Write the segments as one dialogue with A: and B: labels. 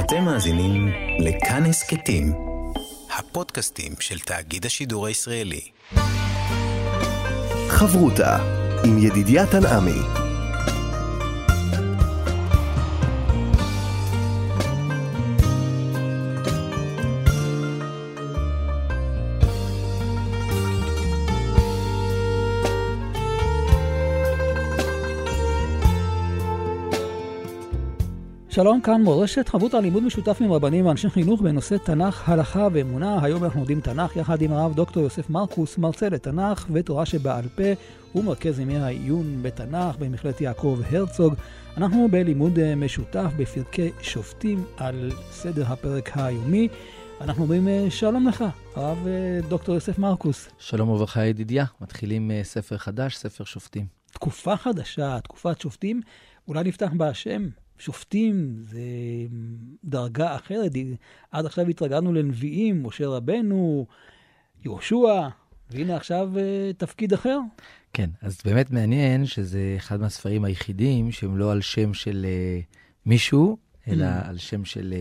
A: אתם מאזינים לכאן הסכתים, הפודקאסטים של תאגיד השידור הישראלי.
B: חברותה עם ידידיה תנעמי.
C: שלום, כאן מורשת, חברותה לימוד משותף עם רבנים ואנשי חינוך בנושא תנ"ך, הלכה ואמונה. היום אנחנו לומדים תנ"ך יחד עם הרב דוקטור יוסף מרקוס, מרצה לתנ"ך ותורה שבעל פה ומרכז ימי העיון בתנ"ך במכללת יעקב הרצוג. אנחנו בלימוד משותף בפרקי שופטים על סדר הפרק היומי. אנחנו אומרים שלום לך, הרב דוקטור יוסף מרקוס.
D: שלום וברכה ידידיה, מתחילים ספר חדש, ספר שופטים.
C: תקופה חדשה, תקופת שופטים, אולי נפתח בשם. שופטים זה דרגה אחרת, עד עכשיו התרגלנו לנביאים, משה רבנו, יהושע, והנה עכשיו תפקיד אחר. כן,
D: אז באמת מעניין שזה אחד מהספרים היחידים שהם לא על שם של מישהו, אלא על שם של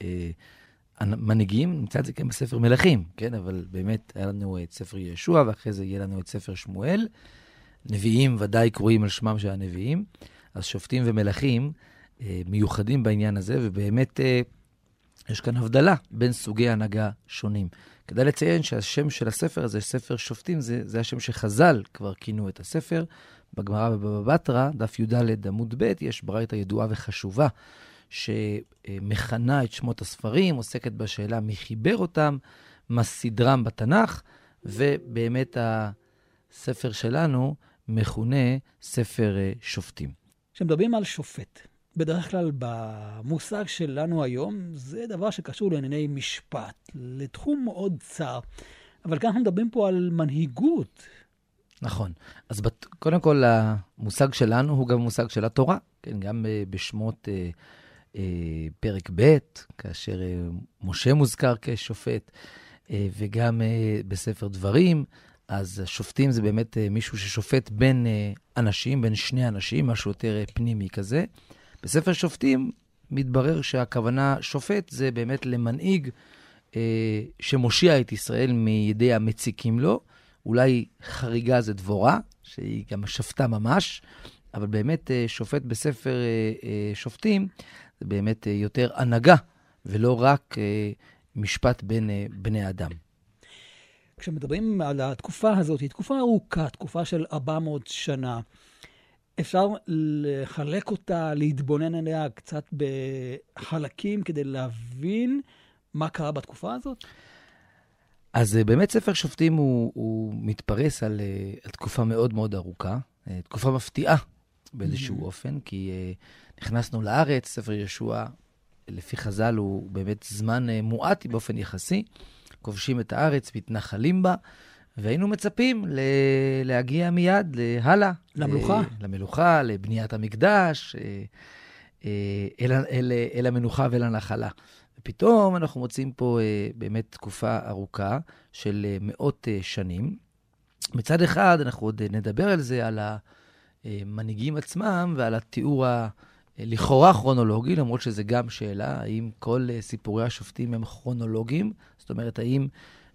D: מנהיגים. נמצא את זה כאן בספר מלכים, כן? אבל באמת היה לנו את ספר ישוע, ואחרי זה יהיה לנו את ספר שמואל. נביאים ודאי קרואים על שמם של הנביאים, אז שופטים ומלכים מיוחדים בעניין הזה, ובאמת יש כאן הבדלה בין סוגי הנהגה שונים. כדאי לציין שהשם של הספר הזה, ספר שופטים, זה השם שחז"ל כבר כינו את הספר. בגמרא בבבא בתרא, דף י"ד עמוד ב', יש ברייתא ידועה וחשובה, שמכנה את שמות הספרים, עוסקת בשאלה מי חיבר אותם, מה סדרם בתנ"ך, ובאמת הספר שלנו מכונה ספר שופטים.
C: כשמדברים על שופט, בדרך כלל במושג שלנו היום, זה דבר שקשור לענייני משפט, לתחום מאוד צר. אבל כאן אנחנו מדברים פה על מנהיגות.
D: נכון. אז קודם כל, המושג שלנו הוא גם מושג של התורה. כן, גם בשמות פרק ב', כאשר משה מוזכר כשופט, וגם בספר דברים, אז השופטים זה באמת מישהו ששופט בין אנשים, בין שני אנשים, משהו יותר פנימי כזה. בספר שופטים מתברר שהכוונה שופט זה באמת למנהיג שמושיע את ישראל מידי המציקים לו. אולי חריגה זה דבורה, שהיא גם שפטה ממש, אבל באמת שופט בספר שופטים זה באמת יותר הנהגה, ולא רק משפט בין בני אדם.
C: כשמדברים על התקופה הזאת, היא תקופה ארוכה, תקופה של 400 שנה. אפשר לחלק אותה, להתבונן עליה קצת בחלקים כדי להבין מה קרה בתקופה הזאת?
D: אז באמת ספר שופטים הוא מתפרס על תקופה מאוד מאוד ארוכה, תקופה מפתיעה באיזשהו אופן, כי נכנסנו לארץ, ספר ישוע לפי חז"ל הוא באמת זמן מועט באופן יחסי, כובשים את הארץ, מתנחלים בה, והיינו מצפים להגיע מיד להלאה.
C: למלוכה?
D: למלוכה, לבניית המקדש, אל המנוחה ואל הנחלה. ופתאום אנחנו מוצאים פה באמת תקופה ארוכה של מאות שנים. מצד אחד אנחנו עוד נדבר על זה, על המנהיגים עצמם ועל התיאור לכאורה כרונולוגי, למרות שזה גם שאלה, האם כל סיפורי השופטים הם כרונולוגיים? זאת אומרת, האם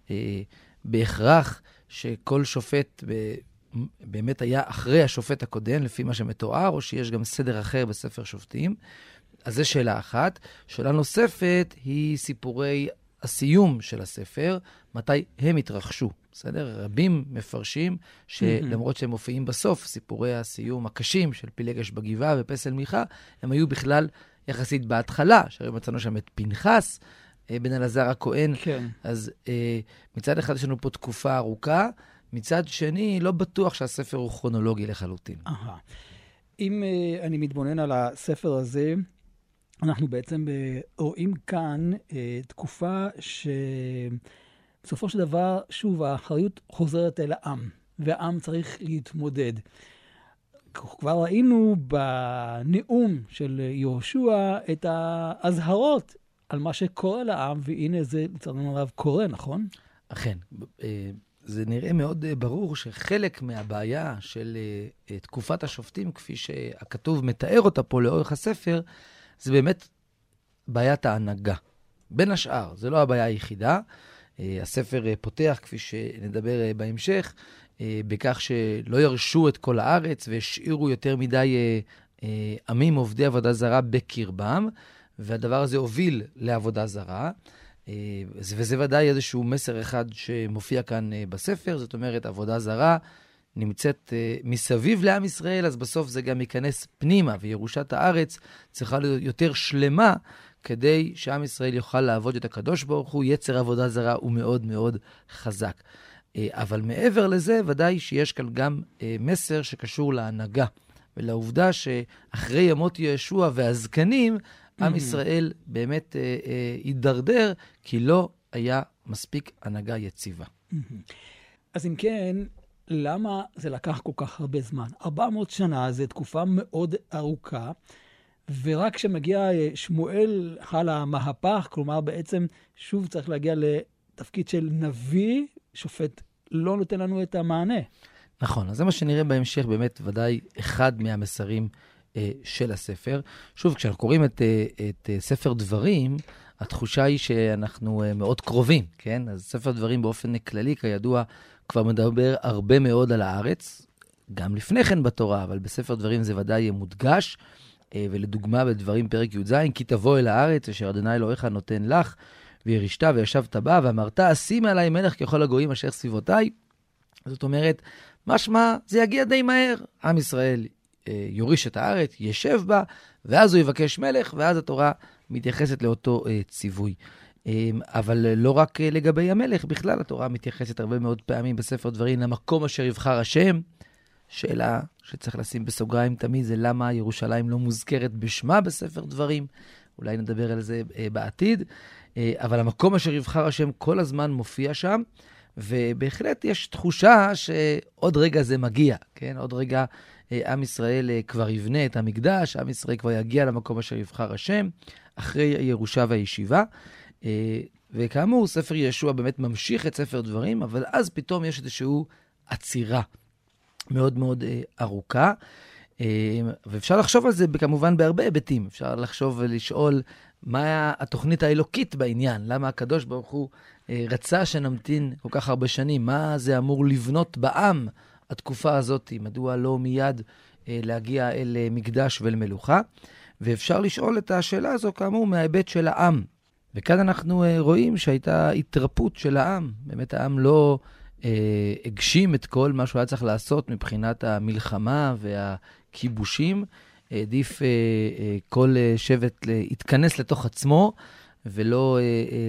D: בהכרח שכל שופט באמת היה אחרי השופט הקודם, לפי מה שמתואר, או שיש גם סדר אחר בספר שופטים? אז זו שאלה אחת. שאלה נוספת היא סיפורי הסיום של הספר, מתי הם התרחשו. בסדר? רבים מפרשים שלמרות שהם מופיעים בסוף, סיפורי הסיום הקשים של פילגש בגבעה ופסל מיכה, הם היו בכלל יחסית בהתחלה, שהרי מצאנו שם את פנחס, בן אלעזר הכהן.
C: כן.
D: אז מצד אחד יש לנו פה תקופה ארוכה, מצד שני לא בטוח שהספר הוא כרונולוגי לחלוטין.
C: אם אני מתבונן על הספר הזה, אנחנו בעצם רואים כאן תקופה שבסופו של דבר, שוב, האחריות חוזרת אל העם, והעם צריך להתמודד. כבר ראינו בנאום של יהושע את ההזהרות על מה שקורה לעם, והנה זה לצערנו הרב קורה, נכון?
D: אכן. זה נראה מאוד ברור שחלק מהבעיה של תקופת השופטים, כפי שהכתוב מתאר אותה פה לאורך הספר, זה באמת בעיית ההנהגה. בין השאר, זה לא הבעיה היחידה. הספר פותח, כפי שנדבר בהמשך, בכך שלא ירשו את כל הארץ והשאירו יותר מדי עמים עובדי עבודה זרה בקרבם, והדבר הזה הוביל לעבודה זרה. וזה ודאי איזשהו מסר אחד שמופיע כאן בספר, זאת אומרת, עבודה זרה נמצאת מסביב לעם ישראל, אז בסוף זה גם ייכנס פנימה, וירושת הארץ צריכה להיות יותר שלמה, כדי שעם ישראל יוכל לעבוד את הקדוש ברוך הוא. יצר עבודה זרה הוא מאוד מאוד חזק. אבל מעבר לזה, ודאי שיש כאן גם מסר שקשור להנהגה, ולעובדה שאחרי ימות ישוע והזקנים, עם ישראל באמת הידרדר, כי לא היה מספיק הנהגה יציבה.
C: אז אם כן, למה זה לקח כל כך הרבה זמן? 400 שנה זה תקופה מאוד ארוכה, ורק כשמגיע שמואל חל המהפך, כלומר בעצם שוב צריך להגיע לתפקיד של נביא, שופט לא נותן לנו את המענה.
D: נכון, אז זה מה שנראה בהמשך, באמת ודאי אחד מהמסרים של הספר. שוב, כשאנחנו קוראים את ספר דברים, התחושה היא שאנחנו מאוד קרובים, כן? אז ספר דברים באופן כללי, כידוע, כבר מדבר הרבה מאוד על הארץ, גם לפני כן בתורה, אבל בספר דברים זה ודאי מודגש, ולדוגמה בדברים פרק י"ז, כי תבוא אל הארץ, אשר אדוני אלוהיך נותן לך, וירשת וישבת בה, ואמרת, שימי עליי מלך ככל הגויים אשר סביבותיי. זאת אומרת, משמע, זה יגיע די מהר. עם ישראל יוריש את הארץ, ישב בה, ואז הוא יבקש מלך, ואז התורה מתייחסת לאותו ציווי. אבל לא רק לגבי המלך, בכלל התורה מתייחסת הרבה מאוד פעמים בספר דברים למקום אשר יבחר השם. שאלה שצריך לשים בסוגריים תמיד זה למה ירושלים לא מוזכרת בשמה בספר דברים. אולי נדבר על זה בעתיד. אבל המקום אשר יבחר השם כל הזמן מופיע שם, ובהחלט יש תחושה שעוד רגע זה מגיע, כן? עוד רגע עם ישראל כבר יבנה את המקדש, עם ישראל כבר יגיע למקום אשר יבחר השם, אחרי הירושה והישיבה. וכאמור, ספר ישוע באמת ממשיך את ספר דברים, אבל אז פתאום יש איזשהו עצירה מאוד מאוד ארוכה, ואפשר לחשוב על זה כמובן בהרבה היבטים. אפשר לחשוב ולשאול מה התוכנית האלוקית בעניין, למה הקדוש ברוך הוא רצה שנמתין כל כך הרבה שנים, מה זה אמור לבנות בעם התקופה הזאת, מדוע לא מיד להגיע אל מקדש ואל מלוכה. ואפשר לשאול את השאלה הזו כאמור מההיבט של העם. וכאן אנחנו רואים שהייתה התרפות של העם, באמת העם לא הגשים את כל מה שהוא היה צריך לעשות מבחינת המלחמה והכיבושים, עדיף כל שבט להתכנס לתוך עצמו ולא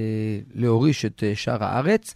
D: להוריש את שאר הארץ.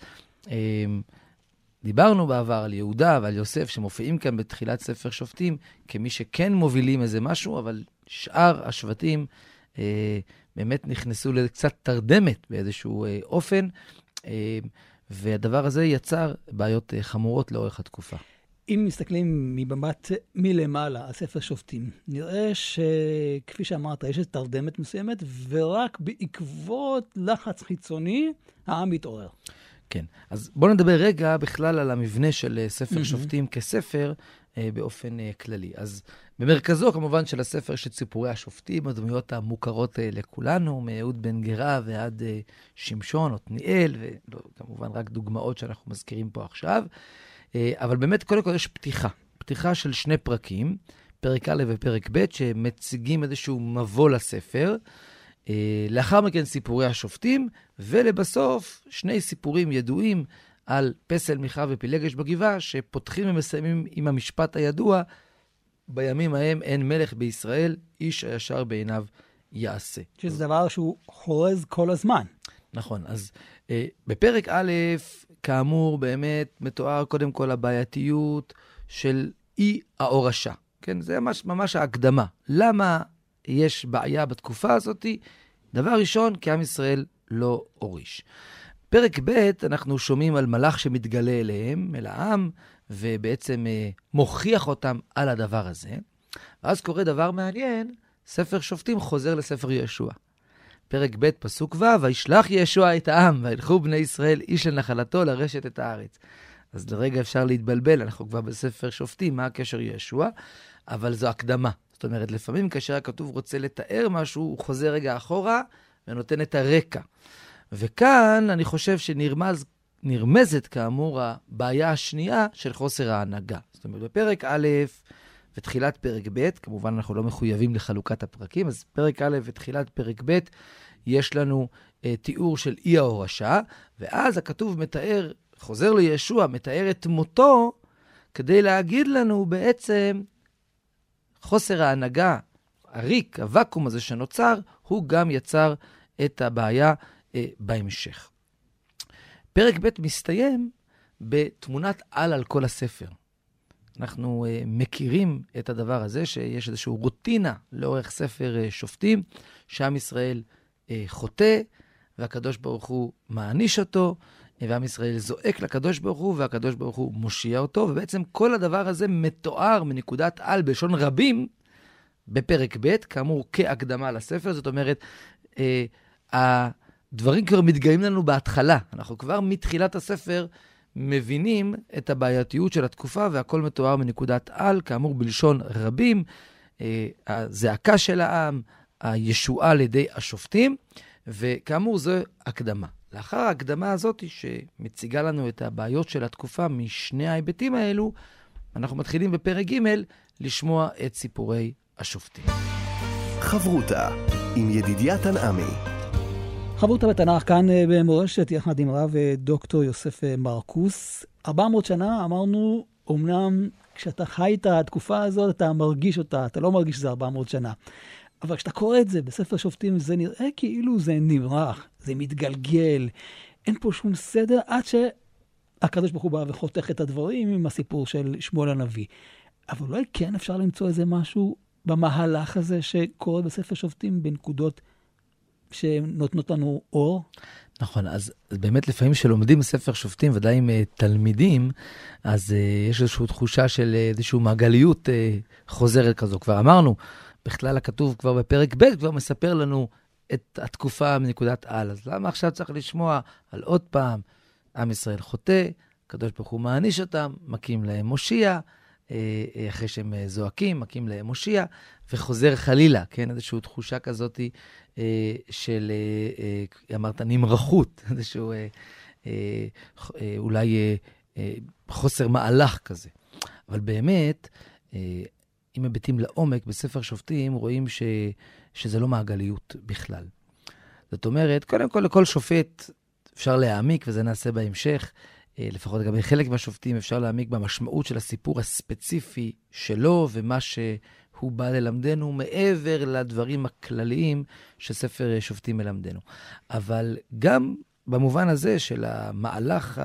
D: דיברנו בעבר על יהודה ועל יוסף שמופיעים כאן בתחילת ספר שופטים כמי שכן מובילים איזה משהו, אבל שאר השבטים באמת נכנסו לקצת תרדמת באיזשהו אופן, והדבר הזה יצר בעיות חמורות לאורך התקופה.
C: אם מסתכלים מבמת מלמעלה על ספר שופטים, נראה שכפי שאמרת, יש תרדמת מסוימת, ורק בעקבות לחץ חיצוני, העם מתעורר.
D: כן, אז בואו נדבר רגע בכלל על המבנה של ספר שופטים כספר באופן כללי. אז במרכזו כמובן של הספר יש את סיפורי השופטים, הדמויות המוכרות לכולנו, מאהוד בן גרה ועד שמשון, עתניאל, וכמובן רק דוגמאות שאנחנו מזכירים פה עכשיו. אבל באמת קודם כל יש פתיחה של 2 פרקים, פרק א' ופרק ב', שמציגים איזשהו מבוא לספר. לאחר מכן סיפורי השופטים, ולבסוף 2 סיפורים ידועים על פסל מיכה ופילגש בגבעה, שפותחים ומסיימים עם המשפט הידוע, בימים ההם אין מלך בישראל, איש הישר בעיניו יעשה.
C: שזה דבר שהוא חורז כל הזמן.
D: נכון, אז בפרק א', כאמור, באמת מתואר קודם כל הבעייתיות של אי ההורשה. כן, זה ממש ההקדמה. למה יש בעיה בתקופה הזאת? דבר ראשון, כי עם ישראל לא הוריש. פרק ב' אנחנו שומעים על מלאך שמתגלה אליהם, אל העם, ובעצם מוכיח אותם על הדבר הזה. ואז קורה דבר מעניין, ספר שופטים חוזר לספר ישוע. פרק ב' פסוק ו', וישלח ישוע את העם, וילכו בני ישראל איש אל נחלתו לרשת את הארץ. אז לרגע אפשר להתבלבל, אנחנו כבר בספר שופטים, מה הקשר ישוע? אבל זו הקדמה. זאת אומרת, לפעמים כאשר הכתוב רוצה לתאר משהו, הוא חוזר רגע אחורה, ונותן את הרקע. וכאן אני חושב שנרמזת כאמור הבעיה השנייה של חוסר ההנהגה. זאת אומרת, בפרק א' ותחילת פרק ב', כמובן אנחנו לא מחויבים לחלוקת הפרקים, אז פרק א' ותחילת פרק ב', יש לנו תיאור של אי ההורשה, ואז הכתוב מתאר, חוזר לישוע, מתאר את מותו, כדי להגיד לנו בעצם חוסר ההנהגה, הריק, הוואקום הזה שנוצר, הוא גם יצר את הבעיה בהמשך. פרק ב' מסתיים בתמונת על כל הספר. אנחנו מכירים את הדבר הזה, שיש איזושהי רוטינה לאורך ספר שופטים, שעם ישראל חוטא, והקדוש ברוך הוא מעניש אותו, ועם ישראל זועק לקדוש ברוך הוא, והקדוש ברוך הוא מושיע אותו, ובעצם כל הדבר הזה מתואר מנקודת על בלשון רבים, בפרק ב', כאמור כהקדמה לספר, זאת אומרת, הדברים כבר מתגאים לנו בהתחלה. אנחנו כבר מתחילת הספר מבינים את הבעייתיות של התקופה, והכל מתואר מנקודת על, כאמור בלשון רבים, הזעקה של העם, הישועה על ידי השופטים, וכאמור זו הקדמה. לאחר ההקדמה הזאת שמציגה לנו את הבעיות של התקופה משני ההיבטים האלו, אנחנו מתחילים בפרק ג' לשמוע את סיפורי השופטים.
B: חברותה עם ידידיה תנעמי.
C: חברותה בתנ"ך כאן במורשת יחד עם רב דוקטור יוסף מרקוס. 400 שנה אמרנו, אומנם כשאתה חי את התקופה הזאת אתה מרגיש אותה, אתה לא מרגיש שזה 400 שנה. אבל כשאתה קורא את זה בספר שופטים זה נראה כאילו זה נמרח, זה מתגלגל, אין פה שום סדר עד שהקדוש ברוך הוא בא וחותך את הדברים עם הסיפור של שמואל הנביא. אבל אולי כן אפשר למצוא איזה משהו במהלך הזה שקורה בספר שופטים בנקודות שנותנות לנו אור?
D: נכון, אז באמת לפעמים שלומדים בספר שופטים, ודאי עם תלמידים, אז יש איזושהי תחושה של איזושהי מעגליות חוזרת כזו. כבר אמרנו, בכלל הכתוב כבר בפרק ב' כבר מספר לנו את התקופה מנקודת על. אז למה עכשיו צריך לשמוע על עוד פעם, עם ישראל חוטא, הקדוש ברוך הוא מעניש אותם, מקים להם מושיע, אחרי שהם זועקים, מקים להם מושיע, וחוזר חלילה, כן? איזושהי תחושה כזאת של, אמרת, נמרחות, איזשהו אולי חוסר מהלך כזה. אבל באמת, אם מביטים לעומק בספר שופטים, רואים שזה לא מעגליות בכלל. זאת אומרת, קודם כל לכל שופט אפשר להעמיק, וזה נעשה בהמשך, לפחות לגבי חלק מהשופטים אפשר להעמיק במשמעות של הסיפור הספציפי שלו, ומה שהוא בא ללמדנו מעבר לדברים הכלליים שספר שופטים מלמדנו. אבל גם במובן הזה של המהלך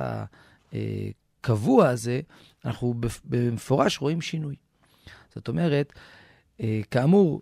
D: הקבוע הזה, אנחנו במפורש רואים שינוי. זאת אומרת, כאמור,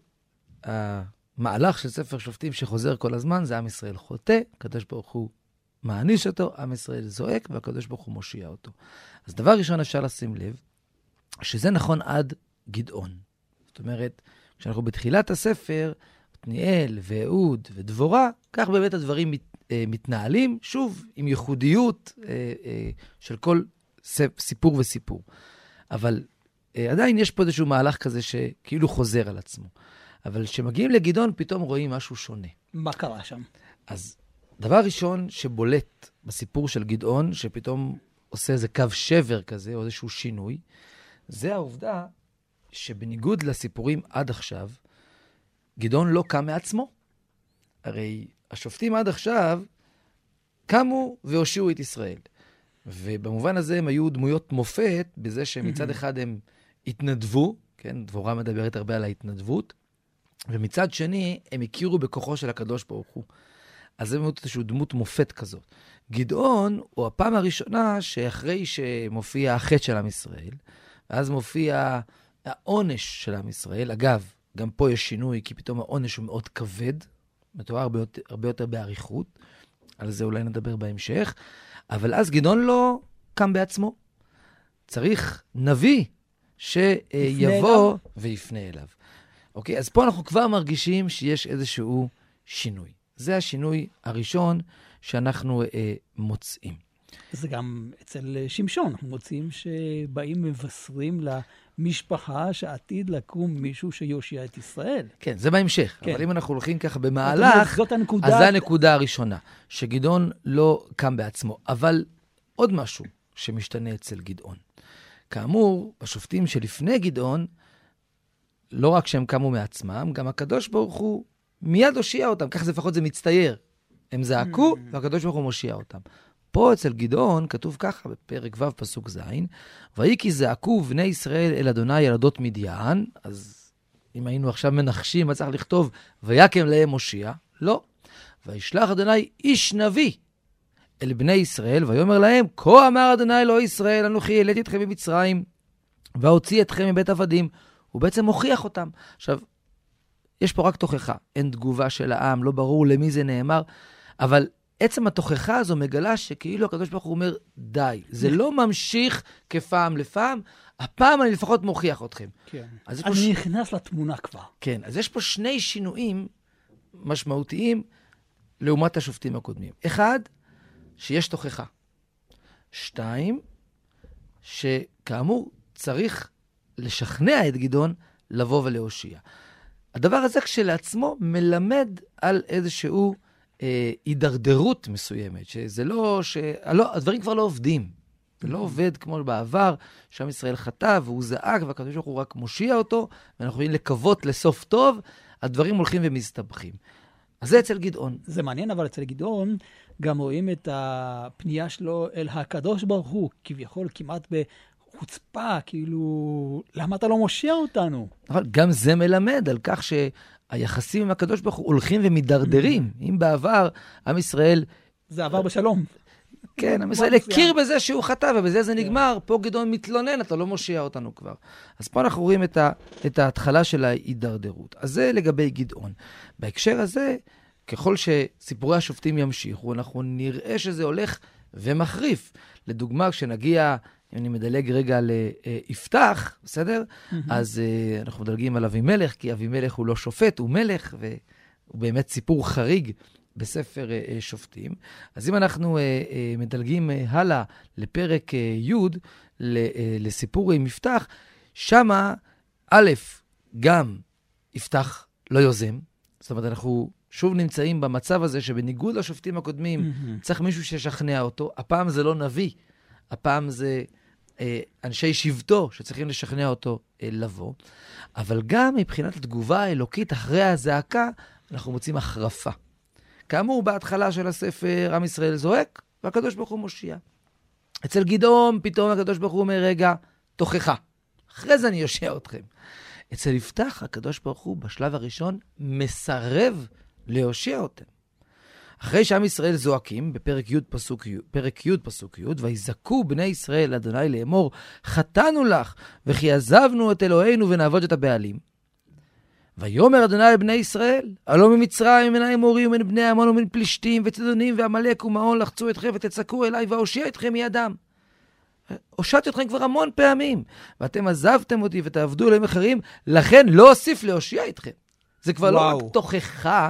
D: המהלך של ספר שופטים שחוזר כל הזמן, זה עם ישראל חוטא, הקדוש ברוך הוא מעניש אותו, עם ישראל זועק, והקדוש ברוך הוא מושיע אותו. אז דבר ראשון אפשר לשים לב, שזה נכון עד גדעון. זאת אומרת, כשאנחנו בתחילת הספר, עתניאל ואהוד ודבורה, כך באמת הדברים מתנהלים, שוב, עם ייחודיות של כל סיפור וסיפור. אבל עדיין יש פה איזשהו מהלך כזה שכאילו חוזר על עצמו. אבל כשמגיעים לגדעון, פתאום רואים משהו שונה.
C: מה קרה שם?
D: אז דבר ראשון שבולט בסיפור של גדעון, שפתאום עושה איזה קו שבר כזה, או איזשהו שינוי, זה העובדה שבניגוד לסיפורים עד עכשיו, גדעון לא קם מעצמו. הרי השופטים עד עכשיו קמו והושיעו את ישראל. ובמובן הזה הם היו דמויות מופת, בזה שמצד אחד הם התנדבו, כן, דבורה מדברת הרבה על ההתנדבות, ומצד שני הם הכירו בכוחו של הקדוש ברוך הוא. אז זה מאוד איזושהי דמות מופת כזאת. גדעון הוא הפעם הראשונה שאחרי שמופיע החטא של עם ישראל, ואז מופיע העונש של עם ישראל. אגב, גם פה יש שינוי, כי פתאום העונש הוא מאוד כבד, מתואר הרבה יותר בעריכות, על זה אולי נדבר בהמשך, אבל אז גדעון לא קם בעצמו. צריך נביא שיבוא ויפנה אליו. אוקיי, אז פה אנחנו כבר מרגישים שיש איזשהו שינוי. זה השינוי הראשון שאנחנו מוצאים.
C: זה גם אצל שמשון, אנחנו מוצאים שבאים מבשרים למשפחה שעתיד לקום מישהו שיושיע את ישראל.
D: כן, זה בהמשך.
C: כן.
D: אבל אם אנחנו הולכים ככה במהלך, אז זה הנקודה הראשונה, שגדעון לא קם בעצמו. אבל עוד משהו שמשתנה אצל גדעון. כאמור, השופטים שלפני גדעון, לא רק שהם קמו מעצמם, גם הקדוש ברוך הוא מיד הושיע אותם. כך לפחות זה מצטייר. הם זעקו, והקדוש ברוך הוא מושיע אותם. פה אצל גדעון כתוב ככה, בפרק ו' פסוק ז', ויהי כי זעקו בני ישראל אל אדוני ילדות מדיין, אז אם היינו עכשיו מנחשים, מה צריך לכתוב, ויקם להם מושיע? לא. וישלח אדוני איש נביא אל בני ישראל, ויאמר להם, כה אמר אדוני אלוהי ישראל, אנוכי העליתי אתכם ממצרים, והוציא אתכם מבית עבדים. הוא בעצם מוכיח אותם. עכשיו, יש פה רק תוכחה, אין תגובה של העם, לא ברור למי זה נאמר, אבל עצם התוכחה הזו מגלה שכאילו הקדוש ברוך הוא אומר, די, זה לא ממשיך כפעם לפעם, הפעם אני לפחות מוכיח אתכם.
C: כן.
D: אז
C: אני נכנס לתמונה כבר.
D: כן, אז יש פה שני שינויים משמעותיים לעומת השופטים הקודמים. אחד, שיש תוכחה. שתיים, שכאמור צריך לשכנע את גדעון לבוא ולהושיע. הדבר הזה כשלעצמו מלמד על איזשהו הידרדרות מסוימת, שזה לא, הדברים כבר לא עובדים. זה לא עובד כמו בעבר, שם ישראל חטא והוא זעק, והקדוש ברוך הוא רק מושיע אותו, ואנחנו יכולים לקוות לסוף טוב, הדברים הולכים ומסתבכים. אז זה אצל גדעון.
C: זה מעניין, אבל אצל גדעון גם רואים את הפנייה שלו אל הקדוש ברוך הוא, כביכול כמעט בחוצפה, כאילו, למה אתה לא מושיע אותנו?
D: גם זה מלמד על כך שהיחסים עם הקדוש ברוך הוא הולכים ומדרדרים. אם בעבר עם ישראל... זה עבר בשלום. כן, עם ישראל הכיר בזה שהוא חטא, ובזה זה נגמר. פה גדעון מתלונן, אתה לא מושיע אותנו כבר. אז פה אנחנו רואים את ההתחלה של ההידרדרות. אז זה לגבי גדעון. בהקשר הזה, ככל שסיפורי השופטים ימשיכו, אנחנו נראה שזה הולך ומחריף. לדוגמה, כשנגיע, אם אני מדלג רגע ליפתח, בסדר? אז אנחנו מדלגים על אבימלך, כי אבימלך הוא לא שופט, הוא מלך, והוא באמת סיפור חריג בספר שופטים. אז אם אנחנו מדלגים הלאה לפרק י' לסיפור עם יפתח, שמה א', גם יפתח לא יוזם. זאת אומרת, אנחנו שוב נמצאים במצב הזה שבניגוד לשופטים הקודמים, צריך מישהו שישכנע אותו. הפעם זה לא נביא, הפעם זה אנשי שבטו שצריכים לשכנע אותו לבוא. אבל גם מבחינת התגובה האלוקית אחרי הזעקה, אנחנו מוצאים החרפה. כאמור, בהתחלה של הספר, עם ישראל זועק, והקדוש ברוך הוא מושיע. אצל גדעון, פתאום הקדוש ברוך הוא אומר, רגע, תוכחה. אחרי זה אני יושיע אתכם. אצל יפתח, הקדוש ברוך הוא בשלב הראשון מסרב להושיע אותם. אחרי שעם ישראל זועקים, בפרק י' פסוק י', ויזעקו בני ישראל אדוני לאמור, חטאנו לך, וכי עזבנו את אלוהינו ונעבוד את הבעלים. ויאמר אדוני לבני ישראל, הלא ממצרים, מן האמורים, ומן בני עמון, ומן פלישתים, וצדונים, ועמלק ומעון, לחצו אתכם ותצעקו אליי, והושיע אתכם מידם. הושעתי אתכם כבר המון פעמים, ואתם עזבתם אותי ותעבדו אליהם אחרים, לכן לא אוסיף להושיע אתכם. זה כבר לא רק תוכחה,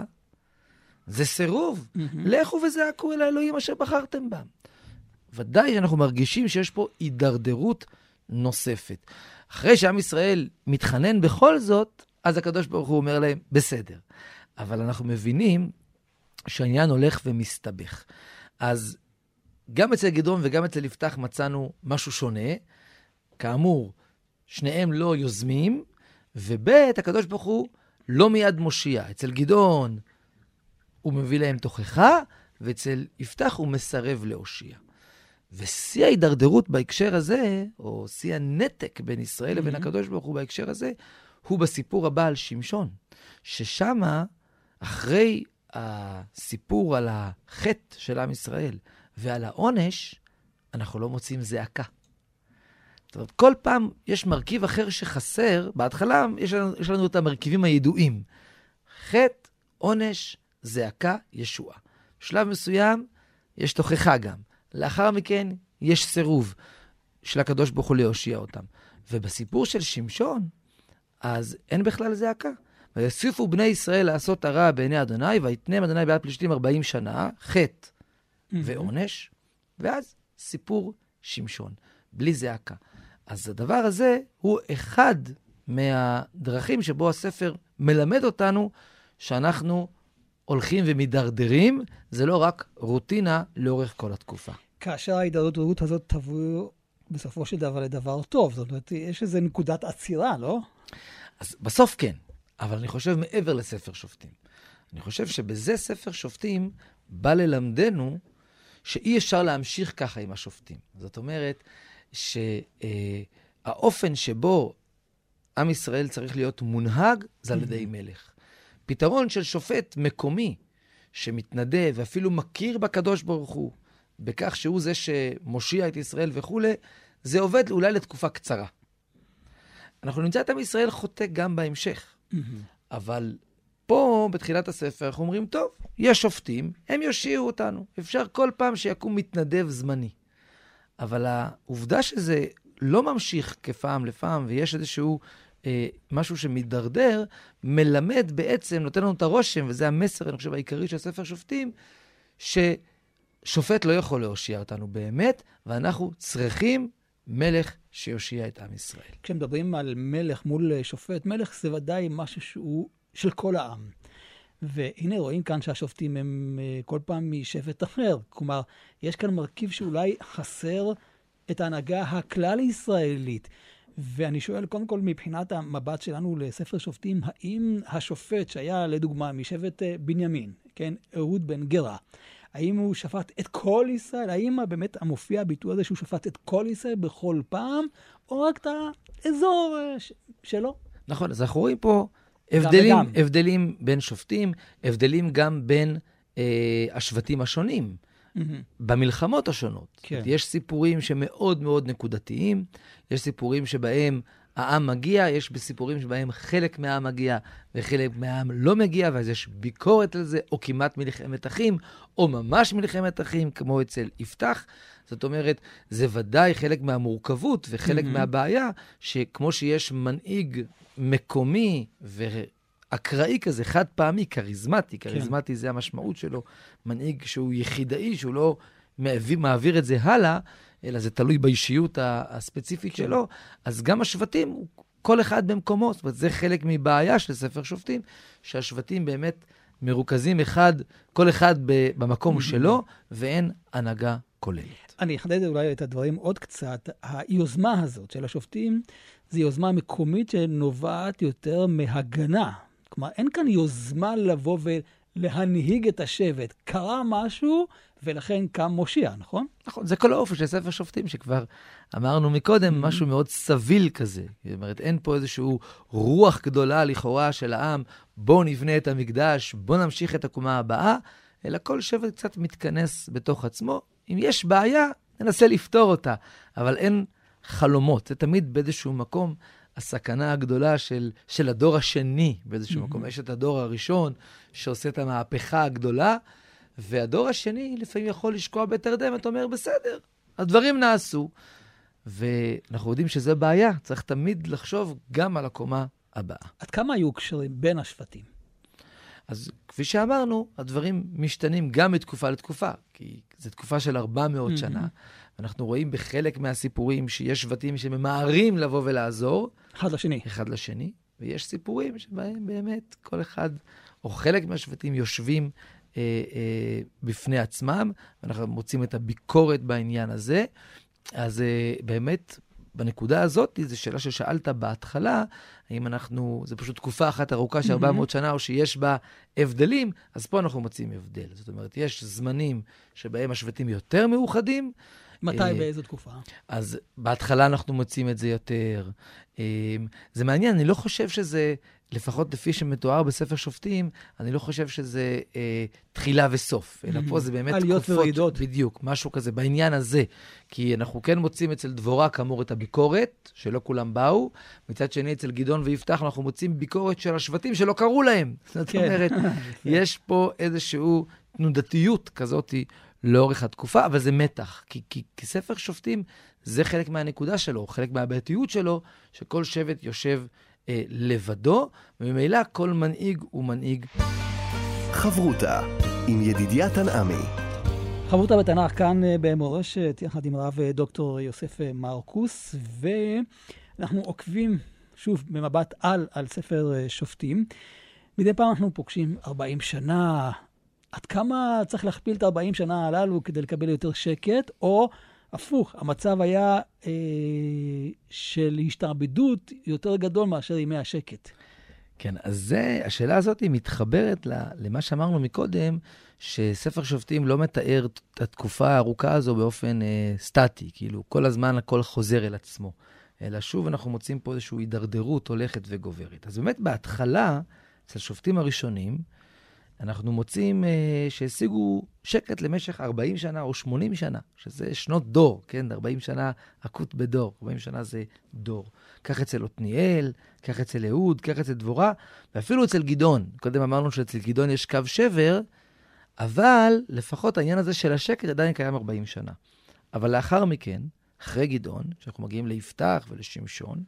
D: זה סירוב. לכו וזעקו אל האלוהים אשר בחרתם בם. ודאי שאנחנו מרגישים שיש פה הידרדרות נוספת. אחרי שעם ישראל מתחנן בכל זאת, אז הקדוש ברוך הוא אומר להם, בסדר. אבל אנחנו מבינים שהעניין הולך ומסתבך. אז גם אצל גדעון וגם אצל יפתח מצאנו משהו שונה. כאמור, שניהם לא יוזמים, ובית הקדוש ברוך הוא לא מיד מושיע. אצל גדעון הוא מביא להם תוכחה, ואצל יפתח הוא מסרב להושיע. ושיא ההידרדרות בהקשר הזה, או שיא הנתק בין ישראל לבין הקדוש ברוך הוא בהקשר הזה, הוא בסיפור הבא על שמשון, ששמה, אחרי הסיפור על החטא של עם ישראל ועל העונש, אנחנו לא מוצאים זעקה. זאת אומרת, כל פעם יש מרכיב אחר שחסר, בהתחלה יש לנו את המרכיבים הידועים. חטא, עונש, זעקה, ישועה. בשלב מסוים יש תוכחה גם. לאחר מכן יש סירוב של הקדוש ברוך הוא להושיע אותם. ובסיפור של שמשון, אז אין בכלל זעקה. ויוסיפו בני ישראל לעשות הרע בעיני אדוני, ויתנם אדוני ביד פלישתים 40 שנה, חטא ועונש, ואז סיפור שמשון, בלי זעקה. אז הדבר הזה הוא אחד מהדרכים שבו הספר מלמד אותנו שאנחנו הולכים ומדרדרים, זה לא רק רוטינה לאורך כל התקופה.
C: כאשר ההידרדרות הזאת תבוא בסופו של דבר לדבר טוב, זאת אומרת, יש איזו נקודת עצירה, לא?
D: אז בסוף כן, אבל אני חושב מעבר לספר שופטים. אני חושב שבזה ספר שופטים בא ללמדנו שאי אפשר להמשיך ככה עם השופטים. זאת אומרת שהאופן שבו עם ישראל צריך להיות מונהג זה על ידי מלך. פתרון של שופט מקומי שמתנדב ואפילו מכיר בקדוש ברוך הוא, בכך שהוא זה שמושיע את ישראל וכו', זה עובד אולי לתקופה קצרה. אנחנו נמצא את עם ישראל חוטא גם בהמשך. אבל פה, בתחילת הספר, אנחנו אומרים, טוב, יש שופטים, הם יושיעו אותנו. אפשר כל פעם שיקום מתנדב זמני. אבל העובדה שזה לא ממשיך כפעם לפעם, ויש איזשהו משהו שמתדרדר, מלמד בעצם, נותן לנו את הרושם, וזה המסר, אני חושב, העיקרי של ספר שופטים, ששופט לא יכול להושיע אותנו באמת, ואנחנו צריכים מלך שיושיע את עם ישראל.
C: כשמדברים על מלך מול שופט, מלך זה ודאי משהו שהוא של כל העם. והנה רואים כאן שהשופטים הם כל פעם משבט אחר. כלומר, יש כאן מרכיב שאולי חסר את ההנהגה הכלל ישראלית. ואני שואל, קודם כל, מבחינת המבט שלנו לספר שופטים, האם השופט שהיה, לדוגמה, משבט בנימין, כן, אהוד בן גרה, האם הוא שפט את כל ישראל? האם באמת המופיע הביטוי הזה שהוא שפט את כל ישראל בכל פעם, או רק את האזור שלו? נכון,
D: אז אנחנו רואים פה הבדלים בין שופטים, הבדלים גם בין השבטים השונים, במלחמות השונות. כן. יש סיפורים שמאוד מאוד נקודתיים, יש סיפורים שבהם העם מגיע, יש סיפורים שבהם חלק מהעם מגיע וחלק מהעם לא מגיע, ואז יש ביקורת על זה, או כמעט מלחמת אחים, או ממש מלחמת אחים, כמו אצל יפתח. זאת אומרת, זה ודאי חלק מהמורכבות וחלק מהבעיה, שכמו שיש מנהיג מקומי ואקראי כזה, חד פעמי, כריזמטי, כריזמטי זה המשמעות שלו, מנהיג שהוא יחידאי, שהוא לא מעביר את זה הלאה, אלא זה תלוי באישיות הספציפית שלו, אז גם השבטים, כל אחד במקומו, זאת אומרת, זה חלק מבעיה של ספר שופטים, שהשבטים באמת מרוכזים כל אחד במקום שלו, ואין הנהגה כוללת.
C: אני אחדד אולי את הדברים עוד קצת. היוזמה הזאת של השופטים, זו יוזמה מקומית שנובעת יותר מהגנה. כלומר, אין כאן יוזמה לבוא ולהנהיג את השבט. קרה משהו, ולכן קם מושיע, נכון?
D: נכון, זה כל האופן של ספר שופטים, שכבר אמרנו מקודם, משהו מאוד סביל כזה. זאת אומרת, אין פה איזשהו רוח גדולה לכאורה של העם, בוא נבנה את המקדש, בוא נמשיך את הקומה הבאה, אלא כל שבט קצת מתכנס בתוך עצמו. אם יש בעיה, ננסה לפתור אותה, אבל אין חלומות. זה תמיד באיזשהו מקום הסכנה הגדולה של הדור השני באיזשהו מקום. יש את הדור הראשון שעושה את המהפכה הגדולה, והדור השני לפעמים יכול לשקוע בתרדמת, אומר, בסדר, הדברים נעשו, ואנחנו יודעים שזה בעיה, צריך תמיד לחשוב גם על הקומה הבאה.
C: עד כמה היו קשרים בין השבטים?
D: אז כפי שאמרנו, הדברים משתנים גם מתקופה לתקופה, כי זו תקופה של 400 שנה, ואנחנו רואים בחלק מהסיפורים שיש שבטים שממהרים לבוא ולעזור. אחד לשני. ויש סיפורים שבהם באמת כל אחד, או חלק מהשבטים יושבים בפני עצמם, ואנחנו מוצאים את הביקורת בעניין הזה. אז באמת, בנקודה הזאת, זו שאלה ששאלת בהתחלה, האם זה פשוט תקופה אחת ארוכה של 400 שנה, או שיש בה הבדלים, אז פה אנחנו מוצאים הבדל. זאת אומרת, יש זמנים שבהם השבטים יותר מאוחדים.
C: מתי, באיזו תקופה?
D: אז בהתחלה אנחנו מוצאים את זה יותר. זה מעניין, אני לא חושב שזה, לפחות לפי שמתואר בספר שופטים, אני לא חושב שזה תחילה וסוף, אלא פה זה באמת
C: עליות ורעידות.
D: בדיוק, משהו כזה, בעניין הזה. כי אנחנו כן מוצאים אצל דבורה כאמור את הביקורת, שלא כולם באו, מצד שני אצל גדעון ויפתח אנחנו מוצאים ביקורת של השבטים שלא קראו להם. זאת אומרת, יש פה איזשהו תנודתיות כזאת לאורך התקופה, אבל זה מתח. כי ספר שופטים זה חלק מהנקודה שלו, חלק מהבעייתיות שלו, שכל שבט יושב לבדו, וממילא כל מנהיג הוא מנהיג.
B: חברותה עם ידידיה תנעמי.
C: חברותה בתנ"ך כאן במורשת, יחד עם רב דוקטור יוסף מרקוס, ואנחנו עוקבים שוב במבט על ספר שופטים. מדי פעם אנחנו פוגשים 40 שנה. עד כמה צריך להכפיל את 40 שנה הללו כדי לקבל יותר שקט, או הפוך, המצב היה של השתעבדות יותר גדול מאשר ימי השקט.
D: כן, אז השאלה הזאת היא מתחברת למה שאמרנו מקודם, שספר שופטים לא מתאר את התקופה הארוכה הזו באופן סטטי, כאילו כל הזמן הכל חוזר אל עצמו. אלא שוב אנחנו מוצאים פה איזושהי הידרדרות הולכת וגוברת. אז באמת בהתחלה, אצל שופטים הראשונים, אנחנו מוצאים שהשיגו שקט למשך 40 שנה או 80 שנה, שזה שנות דור, כן? 40 שנה עקות בדור, 40 שנה זה דור. כך אצל עתניאל, כך אצל אהוד, כך אצל דבורה, ואפילו אצל גדעון. קודם אמרנו שאצל גדעון יש קו שבר, אבל לפחות העניין הזה של השקט עדיין קיים 40 שנה. אבל לאחר מכן, אחרי גדעון, שאנחנו מגיעים ליפתח ולשמשון,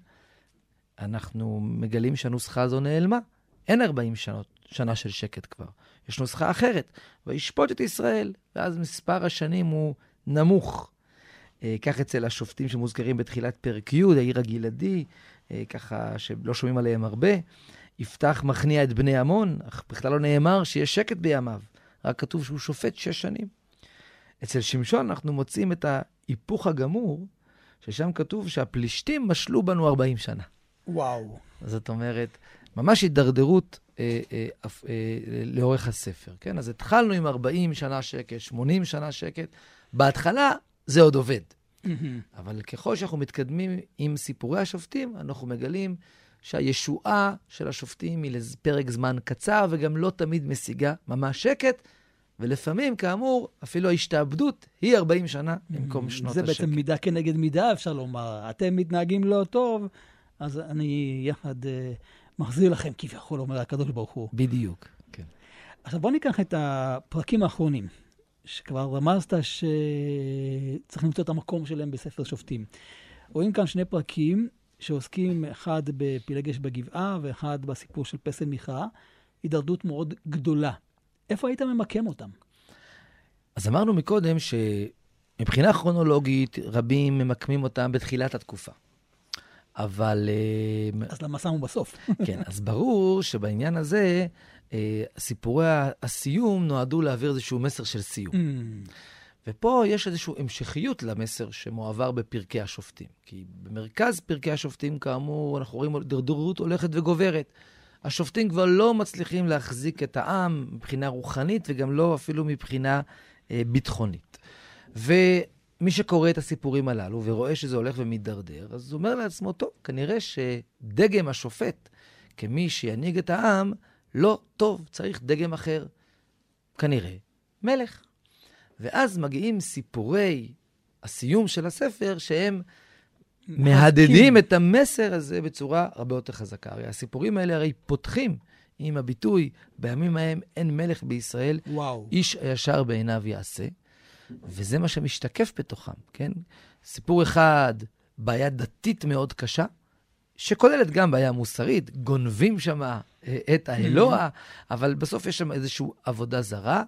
D: אנחנו מגלים שהנוסחה הזו נעלמה. אין 40 שנה של שקט כבר. יש נוסחה אחרת, וישפוט את ישראל, ואז מספר השנים הוא נמוך. כך אצל השופטים שמוזכרים בתחילת פרק י', העיר הגלעדי, ככה שלא שומעים עליהם הרבה. יפתח מכניע את בני עמון, אך בכלל לא נאמר שיש שקט בימיו. רק כתוב שהוא שופט 6 שנים. אצל שמשון אנחנו מוצאים את ההיפוך הגמור, ששם כתוב שהפלישתים משלו בנו 40 שנה.
C: וואו.
D: זאת אומרת, ממש הידרדרות לאורך הספר. כן? אז התחלנו עם 40 שנה שקט, 80 שנה שקט. בהתחלה זה עוד עובד. אבל ככל שאנחנו מתקדמים עם סיפורי השופטים, אנחנו מגלים שהישועה של השופטים היא לפרק זמן קצר, וגם לא תמיד משיגה ממש שקט, ולפעמים, כאמור, אפילו ההשתעבדות היא 40 שנה במקום שנות השקט.
C: זה בעצם מידה כנגד מידה, אפשר לומר. אתם מתנהגים לא טוב, אז אני יחד מחזיר לכם כביכול, אומר הקדוש ברוך הוא.
D: בדיוק, כן.
C: עכשיו בואו ניקח את הפרקים האחרונים, שכבר רמזת שצריך למצוא את המקום שלהם בספר שופטים. רואים כאן 2 פרקים שעוסקים, אחד בפילגש בגבעה ואחד בסיפור של פסל מיכה, הידרדות מאוד גדולה. איפה היית ממקם אותם?
D: אז אמרנו מקודם שמבחינה כרונולוגית רבים ממקמים אותם בתחילת התקופה. אבל...
C: אז למה שמו בסוף?
D: כן, אז ברור שבעניין הזה, סיפורי הסיום נועדו להעביר איזשהו מסר של סיום. ופה יש איזושהי המשכיות למסר שמועבר בפרקי השופטים. כי במרכז פרקי השופטים, כאמור, אנחנו רואים דרדרות הולכת וגוברת. השופטים כבר לא מצליחים להחזיק את העם מבחינה רוחנית, וגם לא אפילו מבחינה ביטחונית. ומי שקורא את הסיפורים הללו ורואה שזה הולך ומתדרדר, אז הוא אומר לעצמו, טוב, כנראה שדגם השופט, כמי שינהיג את העם, לא טוב, צריך דגם אחר. כנראה מלך. ואז מגיעים סיפורי הסיום של הספר, שהם מהדדים את המסר הזה בצורה הרבה יותר חזקה. הרי הסיפורים האלה הרי פותחים עם הביטוי, בימים ההם אין מלך בישראל,
C: וואו.
D: איש הישר בעיניו יעשה, וזה מה שמשתקף בתוכם, כן? סיפור אחד, בעיה דתית מאוד קשה, שכוללת גם בעיה מוסרית, גונבים שם את האלוה, אבל בסוף יש שם איזושהי עבודה זרה.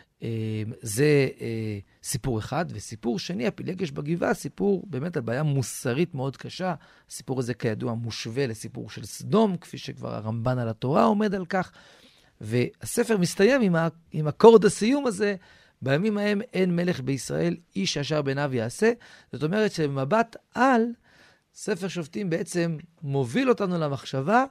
D: זה סיפור אחד, וסיפור שני, הפילגש בגבעה, סיפור באמת על בעיה מוסרית מאוד קשה. הסיפור הזה כידוע מושווה לסיפור של סדום, כפי שכבר הרמב"ן על התורה עומד על כך, והספר מסתיים עם אקורד הסיום הזה, בימים ההם אין מלך בישראל, איש ישר בעיניו יעשה. זאת אומרת שבמבט על, ספר שופטים בעצם מוביל אותנו למחשבה,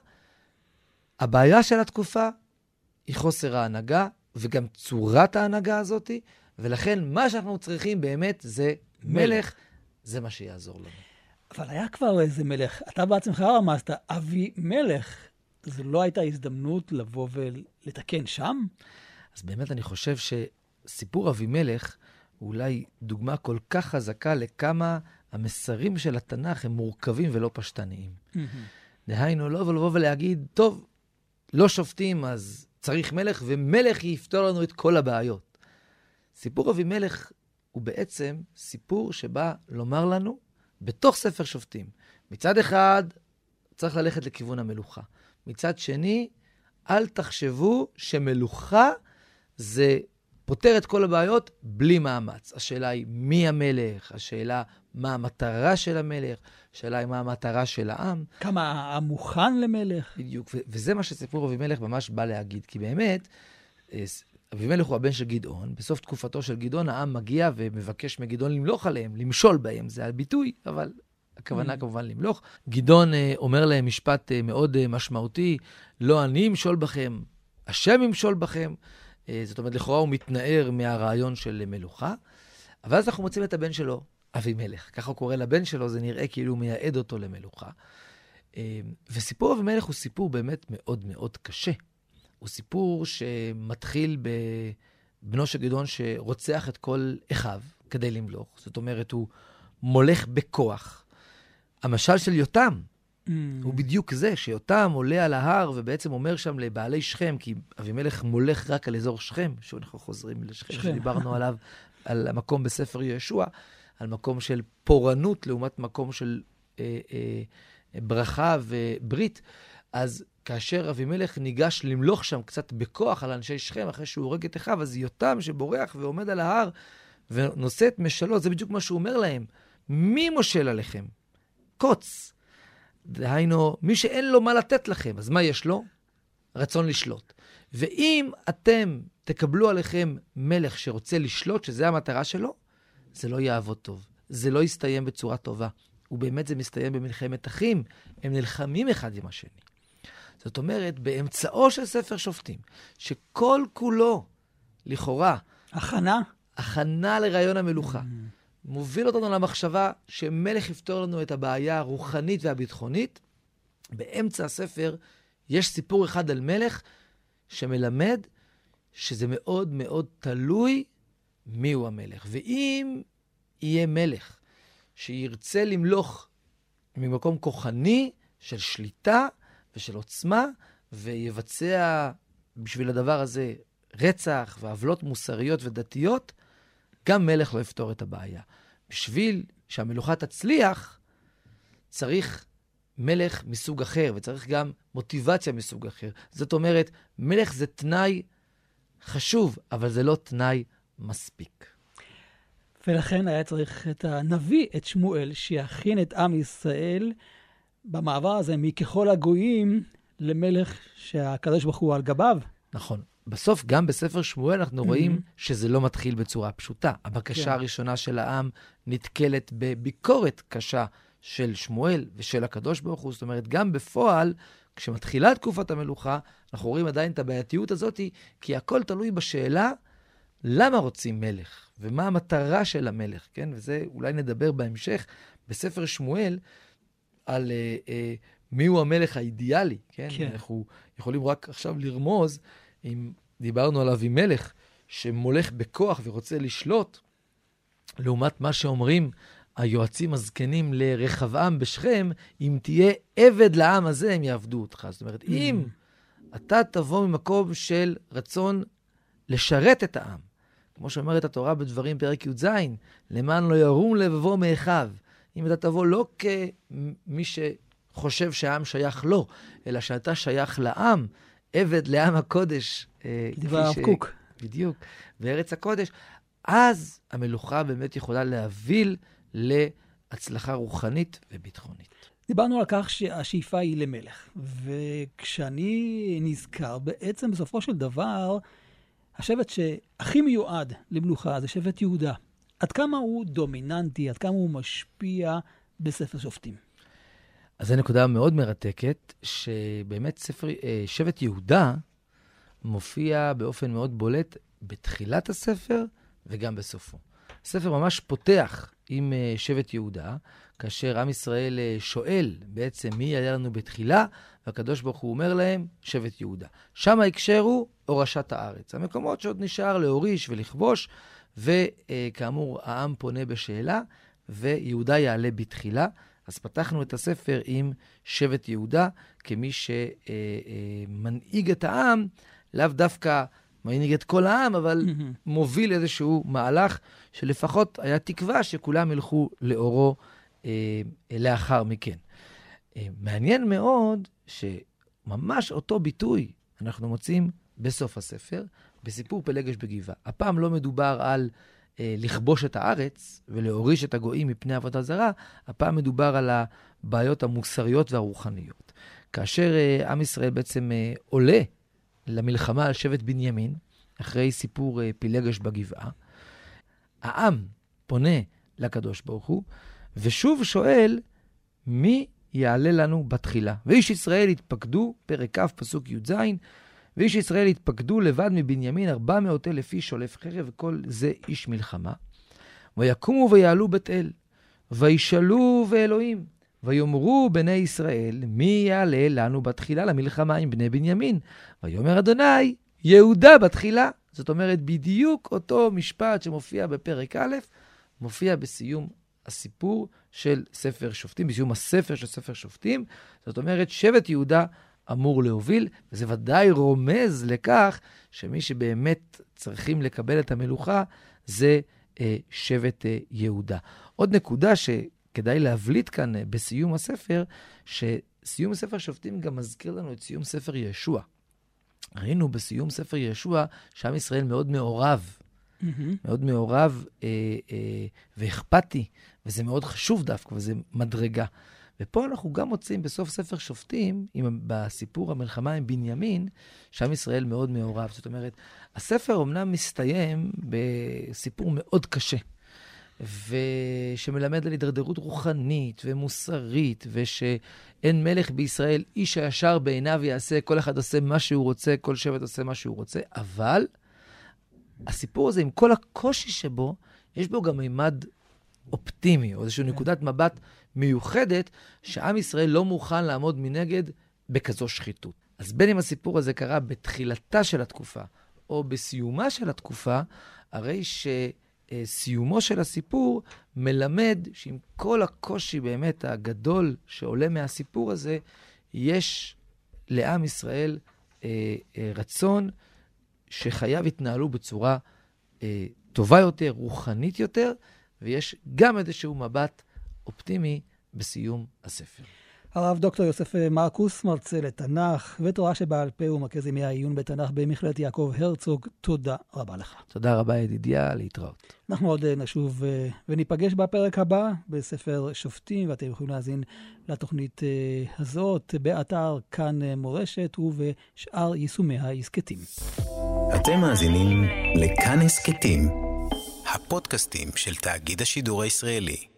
D: הבעיה של התקופה היא חוסר ההנהגה, וגם צורת ההנהגה הזאת, ולכן מה שאנחנו צריכים באמת זה מלך, זה מה שיעזור לנו.
C: אבל היה כבר איזה מלך, אתה בעצמך רמזת, אבי מלך, זו לא הייתה הזדמנות לבוא ולתקן שם?
D: אז באמת אני חושב שסיפור אבי מלך, הוא אולי דוגמה כל כך חזקה לכמה המסרים של התנ"ך הם מורכבים ולא פשטניים. דהיינו, לא לבוא ולהגיד, טוב, לא שופטים, אז צריך מלך, ומלך יפתור לנו את כל הבעיות. סיפור אבימלך הוא בעצם סיפור שבא לומר לנו, בתוך ספר שופטים, מצד אחד צריך ללכת לכיוון המלוכה. מצד שני, אל תחשבו שמלוכה זה פותר את כל הבעיות בלי מאמץ. השאלה היא מי המלך, השאלה מה המטרה של המלך, השאלה היא מה המטרה של העם.
C: כמה העם מוכן למלך.
D: בדיוק, וזה מה שסיפור אבימלך ממש בא להגיד, כי באמת, אבימלך הוא הבן של גדעון, בסוף תקופתו של גדעון העם מגיע ומבקש מגדעון למלוך עליהם, למשול בהם, זה הביטוי, אבל הכוונה כמובן למלוך. גדעון אומר להם משפט מאוד משמעותי, לא אני אמשול בכם, השם ימשול בכם, זאת אומרת, לכאורה הוא מתנער מהרעיון של מלוכה, אבל אז אנחנו מוצאים את הבן שלו, אבימלך. ככה הוא קורא לבן שלו, זה נראה כאילו הוא מייעד אותו למלוכה. וסיפור אבימלך הוא סיפור באמת מאוד מאוד קשה. הוא סיפור שמתחיל בבנו של גדעון שרוצח את כל אחיו כדי למלוך. זאת אומרת, הוא מולך בכוח. המשל של יותם, הוא בדיוק זה, שיותם עולה על ההר ובעצם אומר שם לבעלי שכם, כי אבימלך מולך רק על אזור שכם, שאנחנו חוזרים לשכם, שדיברנו עליו, על המקום בספר ישוע, על מקום של פורענות לעומת מקום של ברכה וברית. אז כאשר אבימלך ניגש למלוך שם קצת בכוח על אנשי שכם, אחרי שהוא הורג את אחיו, אז יותם שבורח ועומד על ההר ונושא את משלו, זה בדיוק מה שהוא אומר להם. מי מושל עליכם? קוץ. דהיינו, מי שאין לו מה לתת לכם, אז מה יש לו? רצון לשלוט. ואם אתם תקבלו עליכם מלך שרוצה לשלוט, שזה המטרה שלו, זה לא יעבוד טוב. זה לא יסתיים בצורה טובה. ובאמת זה מסתיים במלחמת אחים. הם נלחמים אחד עם השני. זאת אומרת, באמצעו של ספר שופטים, שכל כולו, לכאורה, הכנה לרעיון המלוכה, מוביל אותנו למחשבה שמלך יפתור לנו את הבעיה הרוחנית והביטחונית. באמצע הספר יש סיפור אחד על מלך שמלמד שזה מאוד מאוד תלוי מיהו המלך. ואם יהיה מלך שירצה למלוך ממקום כוחני של שליטה ושל עוצמה, ויבצע בשביל הדבר הזה רצח ועוולות מוסריות ודתיות, גם מלך לא יפתור את הבעיה. בשביל שהמלוכה תצליח, צריך מלך מסוג אחר, וצריך גם מוטיבציה מסוג אחר. זאת אומרת, מלך זה תנאי חשוב, אבל זה לא תנאי מספיק.
C: ולכן היה צריך את הנביא, את שמואל, שיכין את עם ישראל במעבר הזה מככל הגויים למלך שהקדוש ברוך הוא על גביו.
D: נכון. בסוף, גם בספר שמואל, אנחנו רואים שזה לא מתחיל בצורה פשוטה. הבקשה הראשונה של העם נתקלת בביקורת קשה של שמואל ושל הקדוש ברוך הוא. זאת אומרת, גם בפועל, כשמתחילה תקופת המלוכה, אנחנו רואים עדיין את הבעייתיות הזאת, כי הכל תלוי בשאלה למה רוצים מלך, ומה המטרה של המלך, כן? וזה אולי נדבר בהמשך בספר שמואל, על מיהו המלך האידיאלי, כן? אנחנו יכולים רק עכשיו לרמוז, אם דיברנו על אבימלך, שמולך בכוח ורוצה לשלוט, לעומת מה שאומרים היועצים הזקנים לרחבעם בשכם, אם תהיה עבד לעם הזה, הם יעבדו אותך. זאת אומרת, אם אתה תבוא ממקום של רצון לשרת את העם, כמו שאומרת התורה בדברים פרק י"ז, למען לא ירום לבבו מאחיו, אם אתה תבוא לא כמי שחושב שהעם שייך לו, אלא שאתה שייך לעם, עבד לעם הקודש.
C: דבר הרב קוק.
D: בדיוק, בארץ הקודש. אז המלוכה באמת יכולה להוביל להצלחה רוחנית וביטחונית.
C: דיברנו על כך שהשאיפה היא למלך. וכשאני נזכר, בעצם בסופו של דבר, השבט שהכי מיועד למלוכה זה שבט יהודה. עד כמה הוא דומיננטי, עד כמה הוא משפיע בספר שופטים.
D: אז זו נקודה מאוד מרתקת, שבאמת שבט יהודה מופיע באופן מאוד בולט בתחילת הספר וגם בסופו. הספר ממש פותח עם שבט יהודה, כאשר עם ישראל שואל בעצם מי היה לנו בתחילה, והקדוש ברוך הוא אומר להם, שבט יהודה. שם ההקשר הוא הורשת הארץ. המקומות שעוד נשאר להוריש ולכבוש, וכאמור העם פונה בשאלה, ויהודה יעלה בתחילה. אז פתחנו את הספר עם שבט יהודה, כמי שמנהיג את העם, לאו דווקא מנהיג את כל העם, אבל מוביל איזשהו מהלך, שלפחות היה תקווה שכולם ילכו לאורו לאחר מכן. מעניין מאוד שממש אותו ביטוי אנחנו מוצאים בסוף הספר, בסיפור פלגש בגבעה. הפעם לא מדובר על לכבוש את הארץ ולהוריש את הגויים מפני עבודה זרה, הפעם מדובר על הבעיות המוסריות והרוחניות. כאשר עם ישראל בעצם עולה למלחמה על שבט בנימין, אחרי סיפור פלגש בגבעה, העם פונה לקדוש ברוך הוא, ושוב שואל, מי יעלה לנו בתחילה? ואיש ישראל התפקדו, פרק כ' פסוק י"ז, ואיש ישראל התפקדו לבד מבנימין 400,000 איש שולף חרב, וכל זה איש מלחמה. ויקומו ויעלו בית אל, וישאלו ואלוהים, ויאמרו בני ישראל, מי יעלה לנו בתחילה למלחמה עם בני בנימין? ויאמר אדוני, יהודה בתחילה. זאת אומרת, בדיוק אותו משפט שמופיע בפרק א', מופיע בסיום הסיפור של ספר שופטים, בסיום הספר של ספר שופטים. זאת אומרת, שבט יהודה אמור להוביל, וזה ודאי רומז לכך שמי שבאמת צריכים לקבל את המלוכה זה שבט יהודה. עוד נקודה שכדאי להבליט כאן בסיום הספר, שסיום ספר שופטים גם מזכיר לנו את סיום ספר ישוע. ראינו בסיום ספר ישוע שעם ישראל מאוד מעורב, מאוד מעורב ואכפתי, וזה מאוד חשוב דווקא, וזה מדרגה. ופה אנחנו גם מוצאים בסוף ספר שופטים, בסיפור המלחמה עם בנימין, שעם ישראל מאוד מעורב. זאת אומרת, הספר אמנם מסתיים בסיפור מאוד קשה, ושמלמד על הידרדרות רוחנית ומוסרית, ושאין מלך בישראל, איש הישר בעיניו יעשה, כל אחד עושה מה שהוא רוצה, כל שבט עושה מה שהוא רוצה, אבל הסיפור הזה, עם כל הקושי שבו, יש בו גם מימד אופטימי, או איזושהי נקודת מבט מיוחדת, שעם ישראל לא מוכן לעמוד מנגד בכזו שחיתות. אז בין אם הסיפור הזה קרה בתחילתה של התקופה, או בסיומה של התקופה, הרי שסיומו של הסיפור מלמד שעם כל הקושי באמת הגדול שעולה מהסיפור הזה, יש לעם ישראל רצון שחייו יתנהלו בצורה טובה יותר, רוחנית יותר, ויש גם איזשהו מבט אופטימי בסיום הספר.
C: הרב דוקטור יוסף מרקוס, מרצה לתנ"ך ותורה שבעל פה ומרכז ימי העיון בתנ"ך במכללת יעקב הרצוג, תודה רבה לך.
D: תודה רבה ידידיה, להתראות.
C: אנחנו עוד נשוב וניפגש בפרק הבא בספר שופטים, ואתם יכולים להאזין לתוכנית הזאת באתר כאן מורשת ובשאר יישומי העסקתים.
A: אתם מאזינים לכאן עסקתים, הפודקאסטים של תאגיד השידור הישראלי.